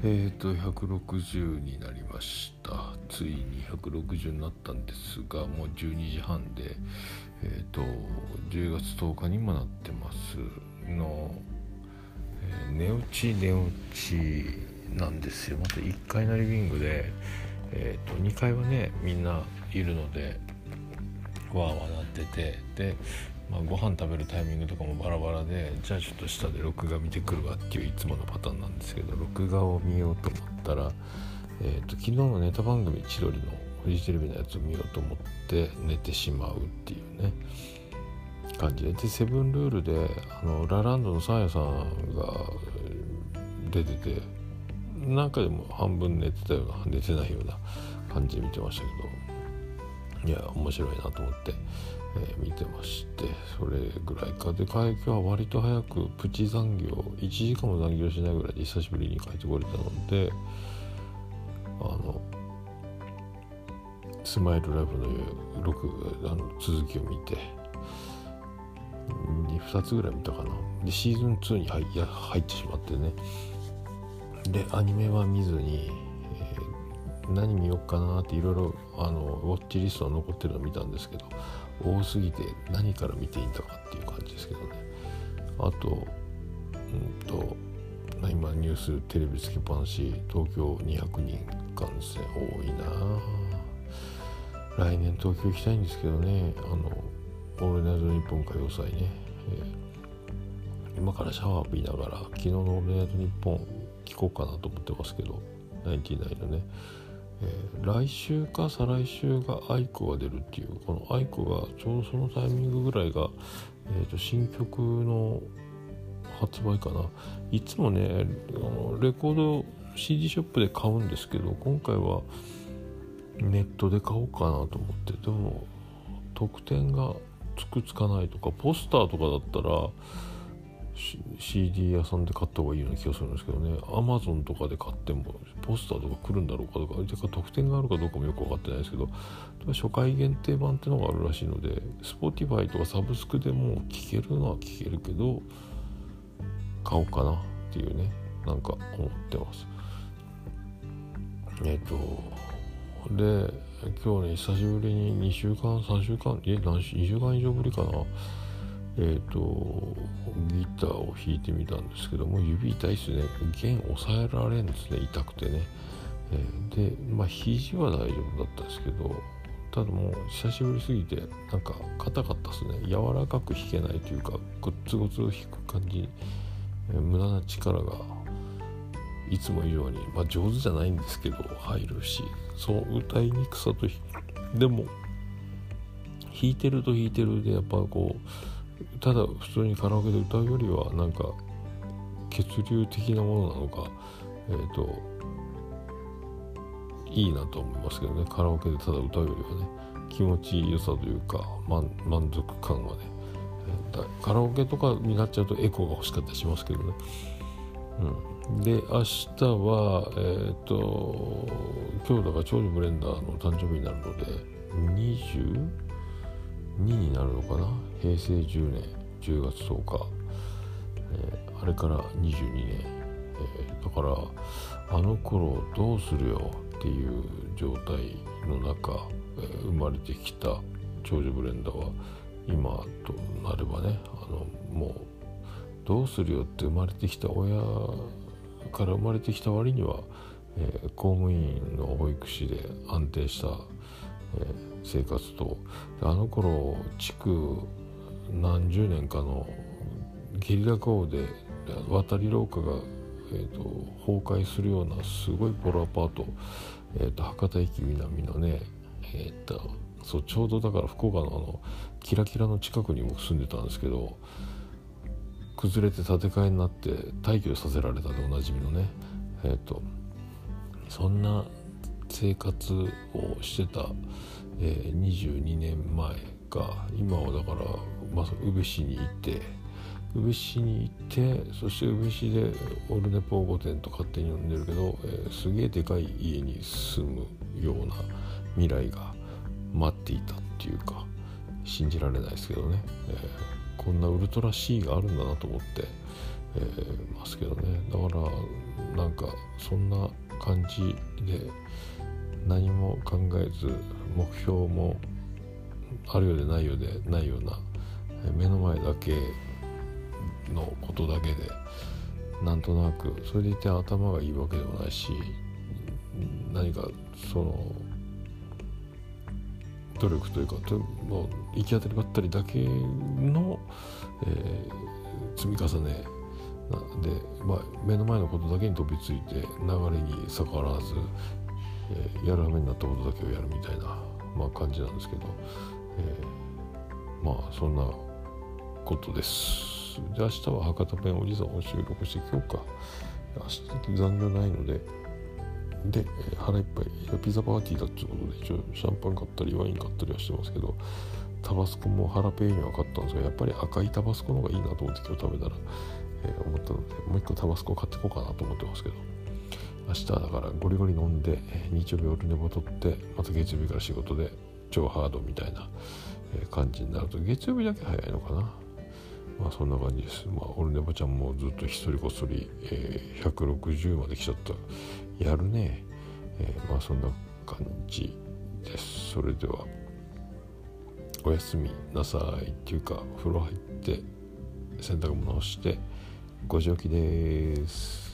160になりました。ついに160になったんですが、もう12時半で、10月10日にもなってますの、寝落ちなんですよ。また1階のリビングで、2階はねみんないるのでわーわーなってて、で、ご飯食べるタイミングとかもバラバラで、じゃあちょっと下で録画見てくるわっていういつものパターンなんですけど、録画を見ようと思ったら、昨日のネタ番組千鳥のフジテレビのやつを見ようと思って寝てしまうっていうね感じで、セブンルールでラランドのサーヤさんが出てて、なんかでも半分寝てたような寝てないような感じで見てましたけど、いや面白いなと思って、見てまして、それぐらいかで、今日は割と早くプチ残業1時間も残業しないぐらいで久しぶりに帰ってこれたので、スマイルライブの続きを見て2つぐらい見たかな。でシーズン2に入ってしまってね、でアニメは見ずに、何見ようかなっていろいろウォッチリストが残ってるのを見たんですけど、多すぎて何から見ていいんだかっていう感じですけどね。あと今ニューステレビつけっぱなし、東京200人感染多いな。来年東京行きたいんですけどね、オールナイトニッポン歌謡祭ね、今からシャワー浴びながら昨日のオールナイトニッポン聞こうかなと思ってますけど、ナインティナインのね、来週か再来週がアイコが出るっていう、このアイコがちょうどそのタイミングぐらいが、新曲の発売かな。いつもねレコード CD ショップで買うんですけど、今回はネットで買おうかなと思って、でも特典がつかないとか、ポスターとかだったらCD 屋さんで買った方がいいような気がするんですけどね、 Amazon とかで買ってもポスターとか来るんだろうかとか、特典があるかどうかもよく分かってないですけど、初回限定版ってのがあるらしいので、 Spotify とかサブスクでも聴けるのは聴けるけど買おうかなっていうね、なんか思ってます。で今日ね久しぶりに2週間3週間2週間以上ぶりかな、ギターを弾いてみたんですけども、指痛いっすね。弦抑えられんですね、痛くてね。で肘は大丈夫だったんですけど、ただもう久しぶりすぎてなんか硬かったですね。柔らかく弾けないというか、グツグツ弾く感じ、無駄な力がいつも以上に、上手じゃないんですけど入るし、そう歌いにくさとでも弾いてるでやっぱこう、ただ普通にカラオケで歌うよりはなんか血流的なものなのか、いいなと思いますけどね。カラオケでただ歌うよりはね、気持ちよさというか、満足感はね、カラオケとかになっちゃうとエコーが欲しかったりしますけどね。で明日は今日だから長女ブレンダーの誕生日になるので22になるのかな、平成10年10月10日、あれから22年、だからあの頃どうするよっていう状態の中、生まれてきた長女ブレンダーは今となればね、もうどうするよって生まれてきた親から生まれてきた割には、公務員の保育士で安定した、生活と、あの頃築何十年かのゲリラ豪雨で渡り廊下が、崩壊するようなすごいポロアパート、博多駅南のね、そうちょうどだから福岡のキラキラの近くにも住んでたんですけど、崩れて建て替えになって退去させられたでおなじみのね、そんな生活をしてた、22年前が今はだから宇部市に行ってそして宇部市でオルネポ御殿と勝手に呼んでるけど、すげえでかい家に住むような未来が待っていたっていうか、信じられないですけどね、こんなウルトラ C があるんだなと思って、 ますけどね。だからなんかそんな感じで何も考えず、目標もあるようでないようでないような、目の前だけのことだけでなんとなく、それでいて頭がいいわけでもないし、何かその努力というかもう行き当たりばったりだけの、積み重ねで、目の前のことだけに飛びついて流れに逆らわず、やるはめになったことだけをやるみたいな、感じなんですけど、そんなことです。で、明日は博多弁おじさんを収録して今日か。明日残業ないので、腹いっぱいピザパーティーだっていうことで、一応シャンパン買ったりワイン買ったりはしてますけど、タバスコもハラペーニョは買ったんですが、やっぱり赤いタバスコの方がいいなと思って今日食べたら、思ったので、もう一個タバスコ買っていこうかなと思ってますけど、明日だからゴリゴリ飲んで、日曜日夜寝ぼとって、また月曜日から仕事で超ハードみたいな感じになると、月曜日だけ早いのかな。そんな感じです。オルネバちゃんもずっと一人こっそり、160まで来ちゃった。やるね。そんな感じです。それではおやすみなさいっていうか、風呂入って洗濯物をして5時起きです。